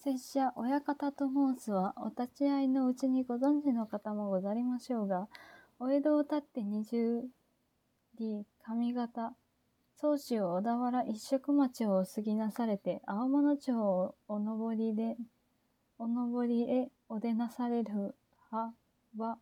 拙者、親方と申すは、お立ち会いのうちにご存知の方もござりましょうが、お江戸を立って20里上方、宗主小田原一色町をお過ぎなされて、青物町をお登りへお出なされるは、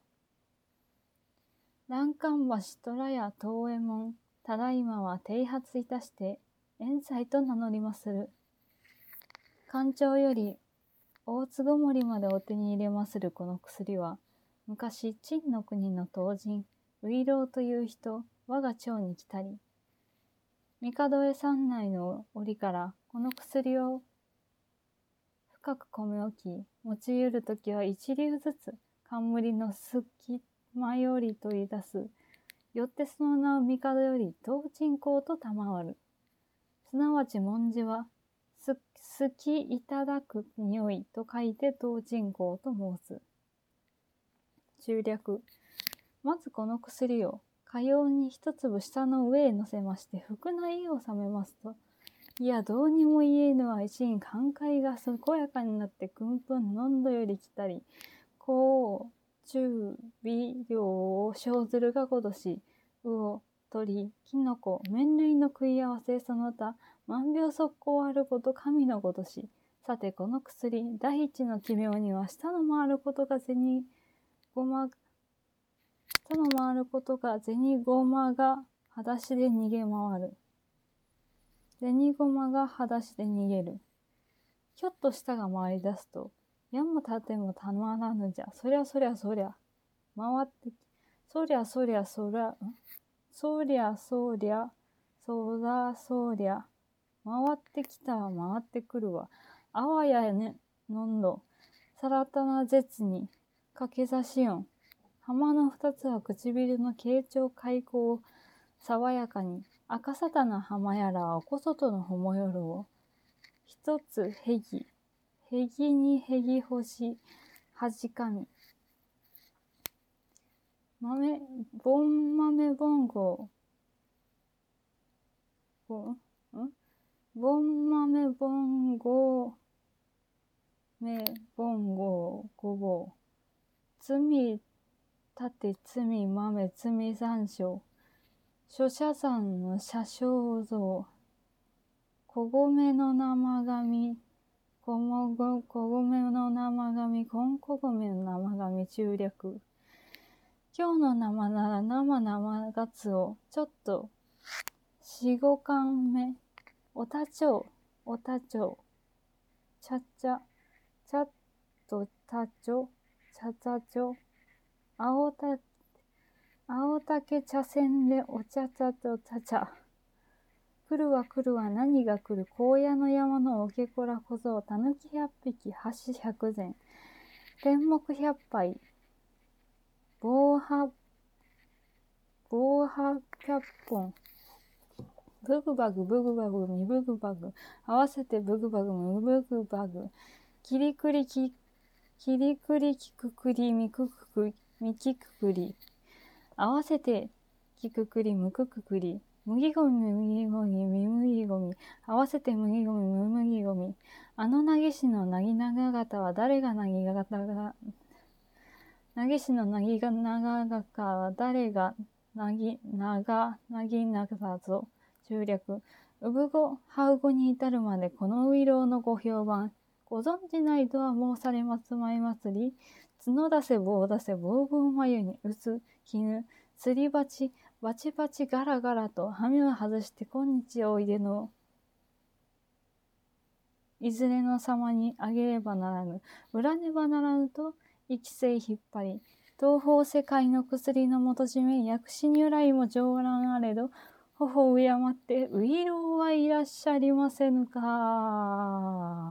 欄干橋虎屋東右衛門、ただいまは剃髪いたして、遠斎と名乗りまする。官庁より大津ごもりまでお手に入れまするこの薬は、昔陳の国の唐人、外郎という人、我が町に来たり、帝江山内の折からこの薬を深く米置き、用いるときは一粒ずつ冠のすきまより取り出す。よってその名を帝より唐人公と賜る。すなわち文字は、すきいただく匂いと書いて唐人公と申す。中略。まずこの薬を、かように一粒下の上へ乗せまして、腹内を冷めますと、いや、どうにも言えぬは一員寛解が健やかになってくんぷんのどより来たり、甲、中、微量を生ずるがごとし、魚、鳥、キノコ、麺類の食い合わせその他、万病速攻あること神のごとし。さて、この薬、第一の奇妙には、下の回ることが銭ごまが裸足で逃げ回る。銭ごまが裸足で逃げる。ひょっと舌が回り出すと、矢も盾もたまらぬじゃ。そりゃ、回ってき、そりゃ、回ってきたわ、回ってくるわ。あわやね、のんど、さらたな絶に、かけざしよん。浜の二つは唇の傾聴開口を爽やかに、赤さたな浜やらはおこそとのほもよるを、一つへぎにへぎほし、はじかみ。ぼん豆ぼんごごぼう。つみたてつみ豆つみ山椒。諸社山の社肖像。小米の生紙、こんこ米の生紙中略。今日の生なら生ガツオ、ちょっと、4、5貫目、おたちょう、ちゃっとたちょ、青竹茶せんでお茶とたちゃ。来るわ何が来る、荒野の山のおけこら小僧、たぬき100匹、橋100膳、天目100杯、棒葉100本、ブグバグ、ミブグバグ、合わせてブグバグ、ムブグバグ、キリクリキククリ、ミキククリ、合わせてキククリ、ムクククリ、麦ゴミ、ミ麦ゴミ、合わせて麦ゴミ、ム麦ゴミ。あのなぎしのなぎなが型は誰がなぎがたが、なぎしのなぎがなががかは誰がなぎながぞ。中略。産語、ハウ語に至るまでこのういろうのご評判。ご存じないとは申されますまいますり。角出せ棒出せ棒棒眉にうつ、絹、すり鉢、バチバチガラガラと羽目を外して今日おいでのいずれの様にあげればならぬ、売ねばならぬと生きせい引っ張り、東方世界の薬の元締め、薬師如来も上覧あれど、頬を敬って、ういろうはいらっしゃりませぬか。